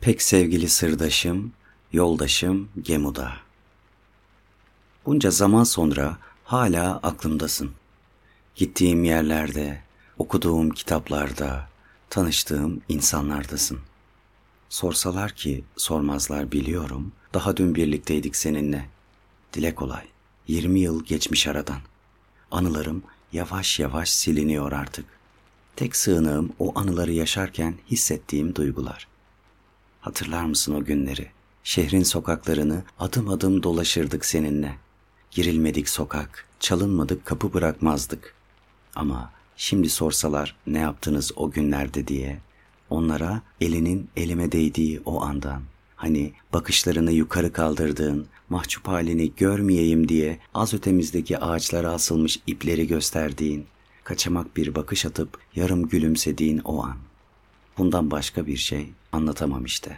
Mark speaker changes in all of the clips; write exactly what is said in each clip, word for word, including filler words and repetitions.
Speaker 1: Pek sevgili sırdaşım, yoldaşım Gemuda. Bunca zaman sonra hala aklımdasın. Gittiğim yerlerde, okuduğum kitaplarda, tanıştığım insanlardasın. Sorsalar ki sormazlar biliyorum, daha dün birlikteydik seninle. Dile kolay, yirmi yıl geçmiş aradan. Anılarım yavaş yavaş siliniyor artık. Tek sığınığım o anıları yaşarken hissettiğim duygular. Hatırlar mısın o günleri? Şehrin sokaklarını adım adım dolaşırdık seninle. Girilmedik sokak, çalınmadık kapı bırakmazdık. Ama şimdi sorsalar ne yaptınız o günlerde diye, onlara elinin elime değdiği o andan, hani bakışlarını yukarı kaldırdığın, mahcup halini görmeyeyim diye az ötemizdeki ağaçlara asılmış ipleri gösterdiğin, kaçamak bir bakış atıp yarım gülümsediğin o an. Bundan başka bir şey anlatamam işte.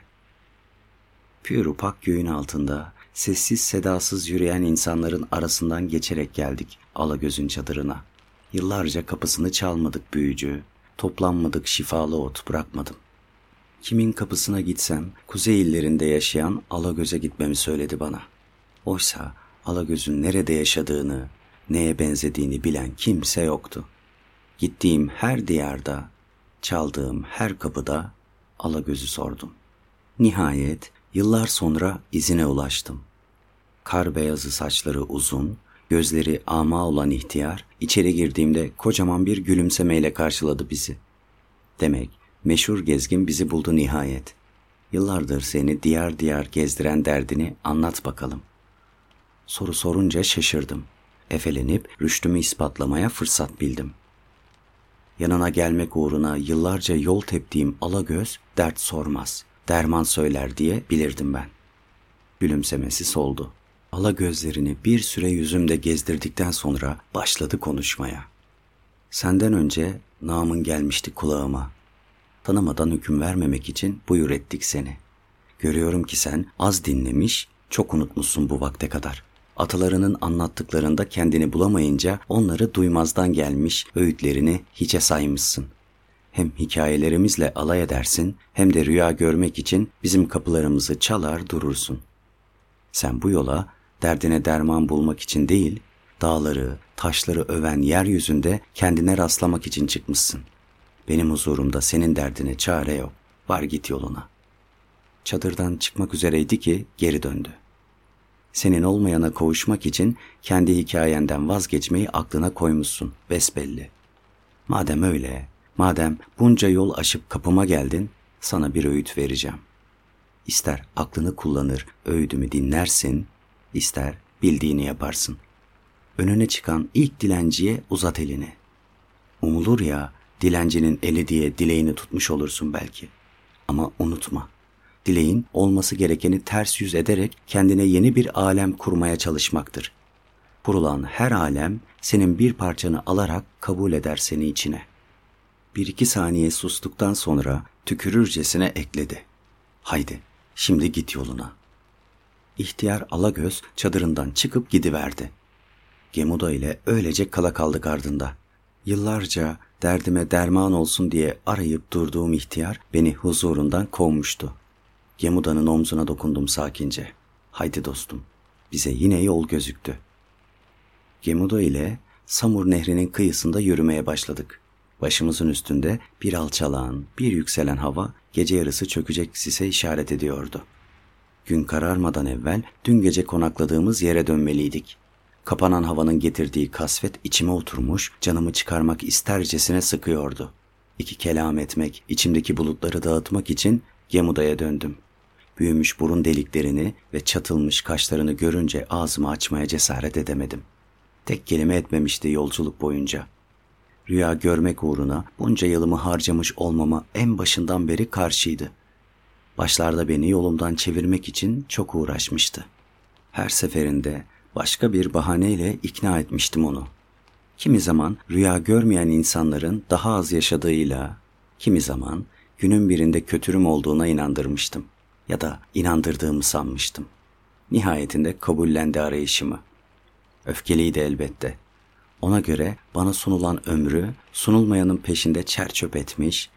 Speaker 1: Pür upak göğün altında sessiz sedasız yürüyen insanların arasından geçerek geldik Alagöz'ün çadırına. Yıllarca kapısını çalmadık büyücü, toplanmadık şifalı ot bırakmadım. Kimin kapısına gitsem kuzey illerinde yaşayan Alagöz'e gitmemi söyledi bana. Oysa Alagöz'ün nerede yaşadığını, neye benzediğini bilen kimse yoktu. Gittiğim her diyarda, çaldığım her kapıda Alagöz'ü sordum. Nihayet yıllar sonra izine ulaştım. Kar beyazı saçları uzun, gözleri ama olan ihtiyar, içeri girdiğimde kocaman bir gülümsemeyle karşıladı bizi. Demek meşhur gezgin bizi buldu nihayet. Yıllardır seni diyar diyar gezdiren derdini anlat bakalım. Soru sorunca şaşırdım. Efelenip rüştümü ispatlamaya fırsat bildim. Yanına gelmek uğruna yıllarca yol teptiğim Alagöz dert sormaz, derman söyler diye bilirdim ben. Gülümsemesi soldu. Alagözlerini bir süre yüzümde gezdirdikten sonra başladı konuşmaya. Senden önce namın gelmişti kulağıma. Tanımadan hüküm vermemek için buyur ettik seni. Görüyorum ki sen az dinlemiş, çok unutmuşsun bu vakte kadar. Atalarının anlattıklarında kendini bulamayınca onları duymazdan gelmiş, öğütlerini hiçe saymışsın. Hem hikayelerimizle alay edersin, hem de rüya görmek için bizim kapılarımızı çalar durursun. Sen bu yola derdine derman bulmak için değil, dağları, taşları öven yeryüzünde kendine rastlamak için çıkmışsın. Benim huzurumda senin derdine çare yok, var git yoluna. Çadırdan çıkmak üzereydi ki geri döndü. Senin olmayana kavuşmak için kendi hikayenden vazgeçmeyi aklına koymuşsun, besbelli. Madem öyle, madem bunca yol aşıp kapıma geldin, sana bir öğüt vereceğim. İster aklını kullanır, öğüdümü dinlersin, ister bildiğini yaparsın. Önüne çıkan ilk dilenciye uzat elini. Umulur ya, dilencinin eli diye dileğini tutmuş olursun belki. Ama unutma, dileğin olması gerekeni ters yüz ederek kendine yeni bir alem kurmaya çalışmaktır. Kurulan her alem senin bir parçanı alarak kabul eder seni içine. Bir iki saniye sustuktan sonra tükürürcesine ekledi. Haydi, şimdi git yoluna. İhtiyar Alagöz çadırından çıkıp gidiverdi. Gemuda ile öylece kala kaldık ardında. Yıllarca derdime derman olsun diye arayıp durduğum ihtiyar beni huzurundan kovmuştu. Gemuda'nın omzuna dokundum sakince. Haydi dostum, bize yine yol gözüktü. Gemuda ile Samur Nehri'nin kıyısında yürümeye başladık. Başımızın üstünde bir alçalan, bir yükselen hava gece yarısı çökecek sise işaret ediyordu. Gün kararmadan evvel dün gece konakladığımız yere dönmeliydik. Kapanan havanın getirdiği kasvet içime oturmuş, canımı çıkarmak istercesine sıkıyordu. İki kelam etmek, içimdeki bulutları dağıtmak için Gemuda'ya döndüm. Büyümüş burun deliklerini ve çatılmış kaşlarını görünce ağzımı açmaya cesaret edemedim. Tek kelime etmemişti yolculuk boyunca. Rüya görmek uğruna bunca yılımı harcamış olmama en başından beri karşıydı. Başlarda beni yolumdan çevirmek için çok uğraşmıştı. Her seferinde başka bir bahaneyle ikna etmiştim onu. Kimi zaman rüya görmeyen insanların daha az yaşadığıyla, kimi zaman günün birinde kötürüm olduğuna inandırmıştım. Ya da inandırdığımı sanmıştım. Nihayetinde kabullendi arayışımı. Öfkeliydi elbette. Ona göre bana sunulan ömrü sunulmayanın peşinde çer çöp etmiş,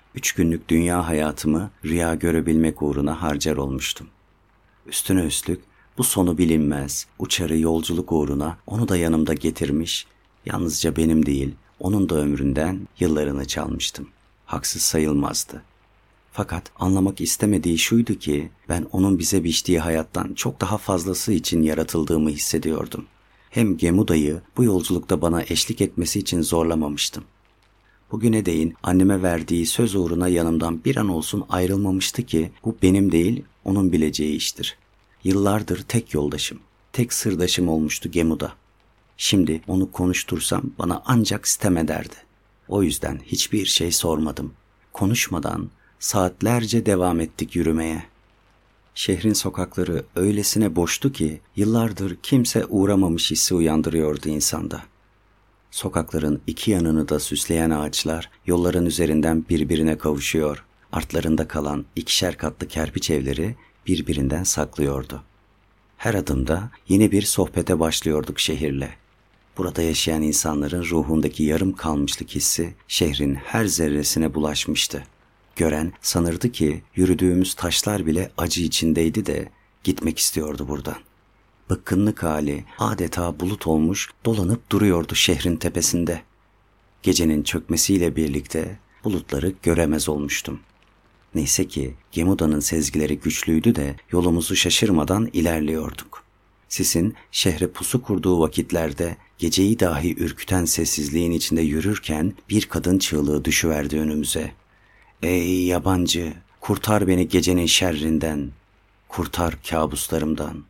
Speaker 1: Üç günlük dünya hayatımı rüya görebilmek uğruna harcar olmuştum. Üstüne üstlük bu sonu bilinmez, uçarı yolculuk uğruna onu da yanımda getirmiş, yalnızca benim değil, onun da ömründen yıllarını çalmıştım. Haksız sayılmazdı. Fakat anlamak istemediği şuydu ki ben onun bize biçtiği hayattan çok daha fazlası için yaratıldığımı hissediyordum. Hem Gemuda'yı bu yolculukta bana eşlik etmesi için zorlamamıştım. Bugüne değin anneme verdiği söz uğruna yanımdan bir an olsun ayrılmamıştı ki bu benim değil onun bileceği iştir. Yıllardır tek yoldaşım, tek sırdaşım olmuştu Gemuda. Şimdi onu konuştursam bana ancak sitem ederdi. O yüzden hiçbir şey sormadım. Konuşmadan saatlerce devam ettik yürümeye. Şehrin sokakları öylesine boştu ki yıllardır kimse uğramamış hissi uyandırıyordu insanda. Sokakların iki yanını da süsleyen ağaçlar yolların üzerinden birbirine kavuşuyor. Artlarında kalan ikişer katlı kerpiç evleri birbirinden saklıyordu. Her adımda yeni bir sohbete başlıyorduk şehirle. Burada yaşayan insanların ruhundaki yarım kalmışlık hissi şehrin her zerresine bulaşmıştı. Gören sanırdı ki yürüdüğümüz taşlar bile acı içindeydi de gitmek istiyordu buradan. Bıkkınlık hali adeta bulut olmuş dolanıp duruyordu şehrin tepesinde. Gecenin çökmesiyle birlikte bulutları göremez olmuştum. Neyse ki Gemuda'nın sezgileri güçlüydü de yolumuzu şaşırmadan ilerliyorduk. Sisin şehre pusu kurduğu vakitlerde geceyi dahi ürküten sessizliğin içinde yürürken bir kadın çığlığı düşüverdi önümüze. "Ey yabancı, kurtar beni gecenin şerrinden, kurtar kabuslarımdan."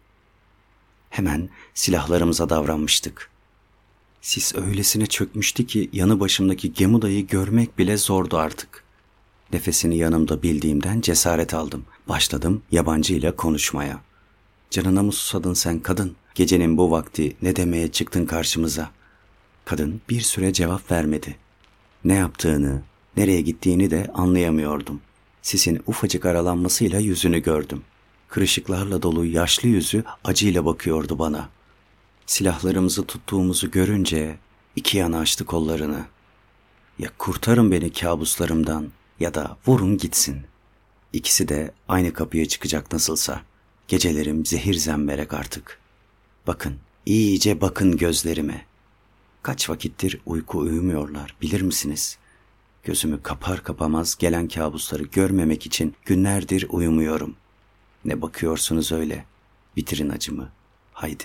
Speaker 1: Hemen silahlarımıza davranmıştık. Sis öylesine çökmüştü ki yanı başımdaki Gemuda'yı görmek bile zordu artık. Nefesini yanımda bildiğimden cesaret aldım. Başladım yabancıyla konuşmaya. "Canına mı susadın sen kadın? Gecenin bu vakti ne demeye çıktın karşımıza?" Kadın bir süre cevap vermedi. Ne yaptığını, nereye gittiğini de anlayamıyordum. Sisin ufacık aralanmasıyla yüzünü gördüm. Kırışıklarla dolu yaşlı yüzü acıyla bakıyordu bana. Silahlarımızı tuttuğumuzu görünce iki yana açtı kollarını. "Ya kurtarın beni kabuslarımdan ya da vurun gitsin." İkisi de aynı kapıya çıkacak nasılsa. Gecelerim zehir zemberek artık. Bakın, iyice bakın gözlerime. Kaç vakittir uyku uyumuyorlar bilir misiniz? Gözümü kapar kapamaz gelen kabusları görmemek için günlerdir uyumuyorum. Ne bakıyorsunuz öyle? Bitirin acımı. Haydi.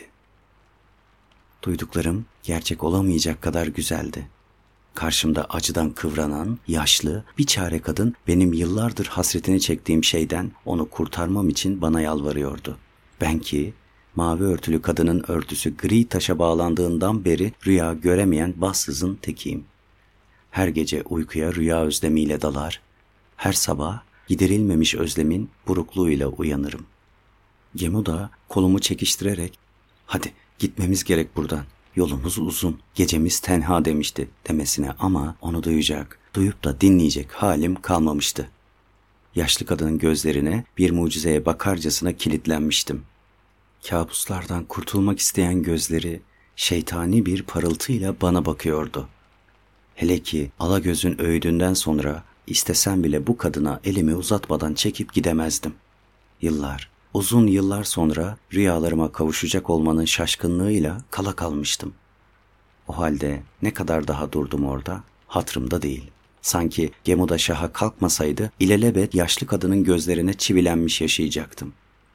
Speaker 1: Duyduklarım gerçek olamayacak kadar güzeldi. Karşımda acıdan kıvranan, yaşlı, bir çare kadın benim yıllardır hasretini çektiğim şeyden onu kurtarmam için bana yalvarıyordu. Ben ki mavi örtülü kadının örtüsü gri taşa bağlandığından beri rüya göremeyen bahtsızın tekiyim. Her gece uykuya rüya özlemiyle dalar, her sabah giderilmemiş özlemin burukluğuyla uyanırım. Gemuda kolumu çekiştirerek "Hadi gitmemiz gerek buradan. Yolumuz uzun, gecemiz tenha" demişti demesine ama onu duyacak, duyup da dinleyecek halim kalmamıştı. Yaşlı kadının gözlerine bir mucizeye bakarcasına kilitlenmiştim. Kabuslardan kurtulmak isteyen gözleri şeytani bir parıltıyla bana bakıyordu. Hele ki Alagöz'ün öğüdünden sonra istesem bile bu kadına elimi uzatmadan çekip gidemezdim. Yıllar, uzun yıllar sonra rüyalarıma kavuşacak olmanın şaşkınlığıyla kala kalmıştım. O halde ne kadar daha durdum orada, hatırımda değil. Sanki Gemuda Şah'a kalkmasaydı ilelebet yaşlı kadının gözlerine çivilenmiş yaşayacaktım.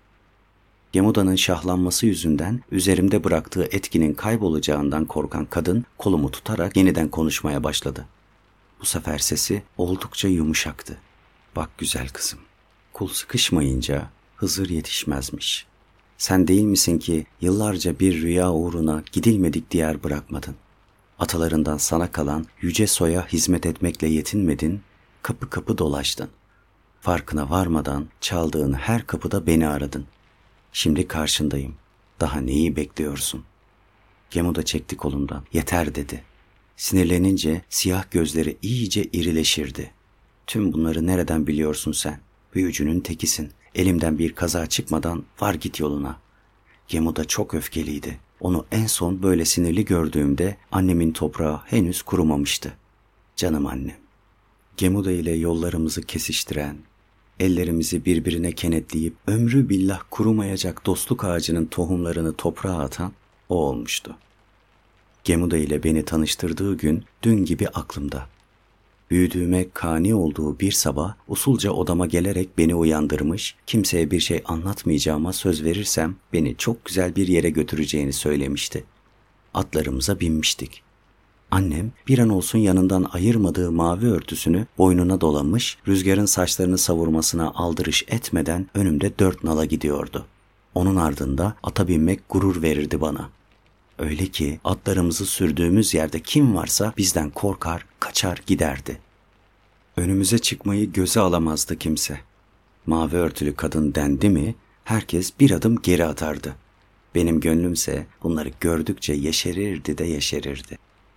Speaker 1: Gemuda'nın şahlanması yüzünden üzerimde bıraktığı etkinin kaybolacağından korkan kadın kolumu tutarak yeniden konuşmaya başladı. Bu sefer sesi oldukça yumuşaktı. "Bak güzel kızım, kul sıkışmayınca Hızır yetişmezmiş. Sen değil misin ki yıllarca bir rüya uğruna gidilmedik diyar bırakmadın? Atalarından sana kalan yüce soya hizmet etmekle yetinmedin, kapı kapı dolaştın. Farkına varmadan çaldığın her kapıda beni aradın. Şimdi karşındayım. Daha neyi bekliyorsun?" Gemuda çekti kolumdan. "Yeter" dedi. Sinirlenince siyah gözleri iyice irileşirdi. "Tüm bunları nereden biliyorsun sen? Büyücünün tekisin. Elimden bir kaza çıkmadan var git yoluna." Gemuda çok öfkeliydi. Onu en son böyle sinirli gördüğümde annemin toprağı henüz kurumamıştı. Canım annem. Gemuda ile yollarımızı kesiştiren, ellerimizi birbirine kenetleyip ömrü billah kurumayacak dostluk ağacının tohumlarını toprağa atan o olmuştu. Gemuda ile beni tanıştırdığı gün dün gibi aklımda. Büyüdüğüme kani olduğu bir sabah usulca odama gelerek beni uyandırmış, kimseye bir şey anlatmayacağıma söz verirsem beni çok güzel bir yere götüreceğini söylemişti. Atlarımıza binmiştik. Annem bir an olsun yanından ayırmadığı mavi örtüsünü boynuna dolamış, rüzgarın saçlarını savurmasına aldırış etmeden önümde dört nala gidiyordu. Onun ardında ata binmek gurur verirdi bana. Öyle ki atlarımızı sürdüğümüz yerde kim varsa bizden korkar, kaçar giderdi. Önümüze çıkmayı göze alamazdı kimse. Mavi örtülü kadın dendi mi herkes bir adım geri atardı. Benim gönlümse bunları gördükçe yeşerirdi de yeşerirdi.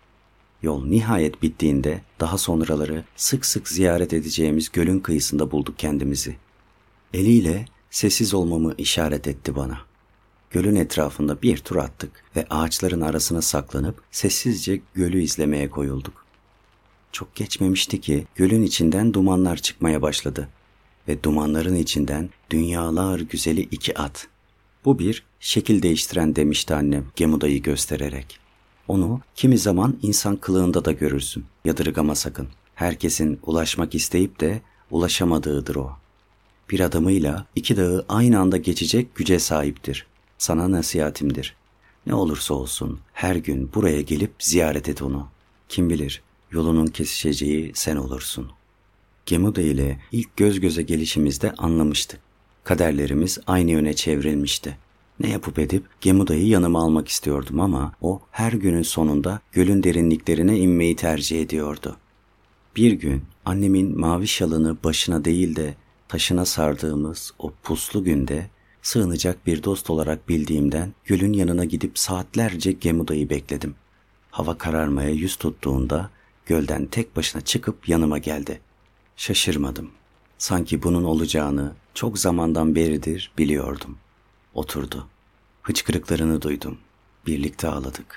Speaker 1: Yol nihayet bittiğinde daha sonraları sık sık ziyaret edeceğimiz gölün kıyısında bulduk kendimizi. Eliyle sessiz olmamı işaret etti bana. Gölün etrafında bir tur attık ve ağaçların arasına saklanıp sessizce gölü izlemeye koyulduk. Çok geçmemişti ki gölün içinden dumanlar çıkmaya başladı ve dumanların içinden dünyalar güzeli iki at. Bu bir şekil değiştiren demişti annem Gemuda'yı göstererek. Onu kimi zaman insan kılığında da görürsün. Yadırgama sakın. Herkesin ulaşmak isteyip de ulaşamadığıdır o. Bir adımıyla iki dağı aynı anda geçecek güce sahiptir. Sana nasihatimdir. Ne olursa olsun her gün buraya gelip ziyaret et onu. Kim bilir yolunun kesişeceği sen olursun. Gemuda ile ilk göz göze gelişimizde anlamıştık. Kaderlerimiz aynı yöne çevrilmişti. Ne yapıp edip Gemuda'yı yanıma almak istiyordum ama o her günün sonunda gölün derinliklerine inmeyi tercih ediyordu. Bir gün annemin mavi şalını başına değil de taşına sardığımız o puslu günde sığınacak bir dost olarak bildiğimden gölün yanına gidip saatlerce Gemuda'yı bekledim. Hava kararmaya yüz tuttuğunda gölden tek başına çıkıp yanıma geldi. Şaşırmadım. Sanki bunun olacağını çok zamandan beridir biliyordum. Oturdu. Hıçkırıklarını duydum. Birlikte ağladık.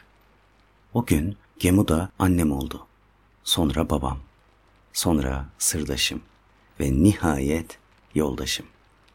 Speaker 1: O gün Gemuda annem oldu. Sonra babam. Sonra sırdaşım. Ve nihayet yoldaşım.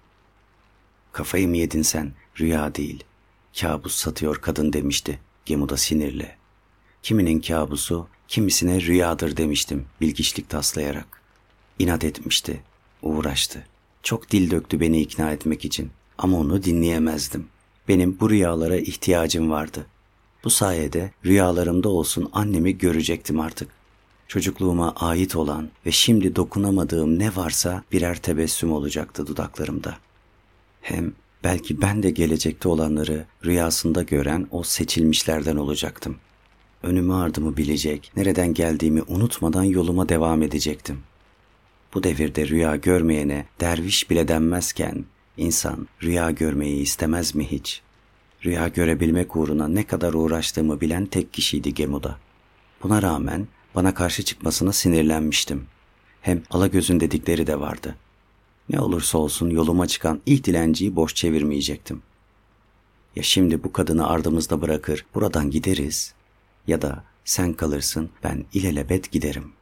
Speaker 1: Kafayı mı yedin sen? Rüya değil. Kabus satıyor kadın demişti Gemuda sinirle. Kiminin kabusu, kimisine rüyadır demiştim bilgiçlik taslayarak. İnat etmişti, uğraştı. Çok dil döktü beni ikna etmek için. Ama onu dinleyemezdim. Benim bu rüyalara ihtiyacım vardı. Bu sayede rüyalarımda olsun annemi görecektim artık. Çocukluğuma ait olan ve şimdi dokunamadığım ne varsa birer tebessüm olacaktı dudaklarımda. Hem belki ben de gelecekte olanları rüyasında gören o seçilmişlerden olacaktım. Önümü ardımı bilecek, nereden geldiğimi unutmadan yoluma devam edecektim. Bu devirde rüya görmeyene derviş bile denmezken, İnsan rüya görmeyi istemez mi hiç? Rüya görebilmek uğruna ne kadar uğraştığımı bilen tek kişiydi Gemuda. Buna rağmen bana karşı çıkmasına sinirlenmiştim. Hem Alagöz'ün dedikleri de vardı. Ne olursa olsun yoluma çıkan ilk dilenciyi boş çevirmeyecektim. Ya şimdi bu kadını ardımızda bırakır buradan gideriz ya da sen kalırsın ben ilelebet giderim.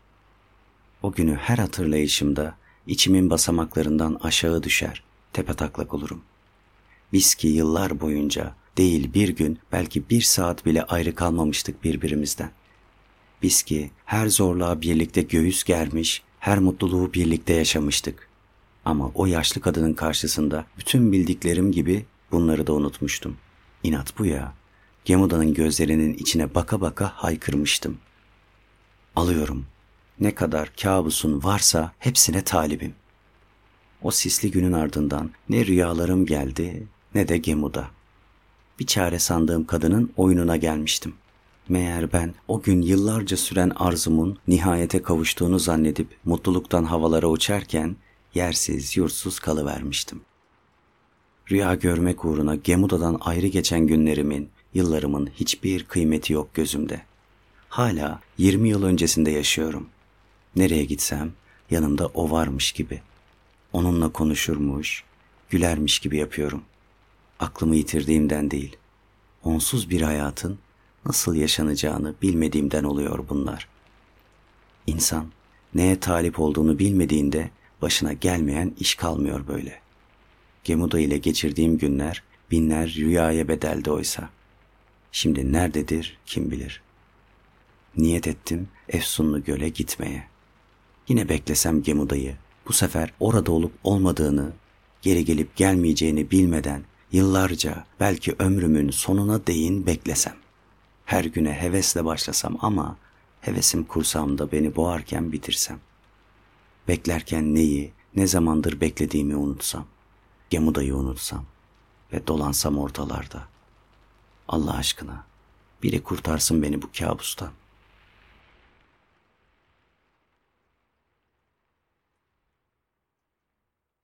Speaker 1: O günü her hatırlayışımda içimin basamaklarından aşağı düşer. Tepetaklak olurum. Biz ki yıllar boyunca değil bir gün belki bir saat bile ayrı kalmamıştık birbirimizden. Biz ki her zorluğa birlikte göğüs germiş, her mutluluğu birlikte yaşamıştık. Ama o yaşlı kadının karşısında bütün bildiklerim gibi bunları da unutmuştum. İnat bu ya. Gemuda'nın gözlerinin içine baka baka haykırmıştım. Alıyorum. Ne kadar kabusun varsa hepsine talibim. O sisli günün ardından ne rüyalarım geldi ne de Gemuda. Bir çare sandığım kadının oyununa gelmiştim. Meğer ben o gün yıllarca süren arzumun nihayete kavuştuğunu zannedip mutluluktan havalara uçarken yersiz yurtsuz kalıvermiştim. Rüya görmek uğruna Gemuda'dan ayrı geçen günlerimin, yıllarımın hiçbir kıymeti yok gözümde. Hala yirmi yıl öncesinde yaşıyorum. Nereye gitsem yanımda o varmış gibi. Onunla konuşurmuş, gülermiş gibi yapıyorum. Aklımı yitirdiğimden değil, onsuz bir hayatın nasıl yaşanacağını bilmediğimden oluyor bunlar. İnsan Neye talip olduğunu bilmediğinde başına gelmeyen iş kalmıyor böyle. Gemuda ile geçirdiğim günler binler rüyaya bedeldi oysa. Şimdi nerededir kim bilir. Niyet ettim Efsunlu Göl'e gitmeye. Yine beklesem Gemuda'yı, bu sefer orada olup olmadığını, geri gelip gelmeyeceğini bilmeden yıllarca, belki ömrümün sonuna değin beklesem. Her güne hevesle başlasam ama hevesim kursağımda beni boğarken bitirsem. Beklerken neyi, ne zamandır beklediğimi unutsam. Gemuda'yı unutsam ve dolansam ortalarda. Allah aşkına biri kurtarsın beni bu kabustan.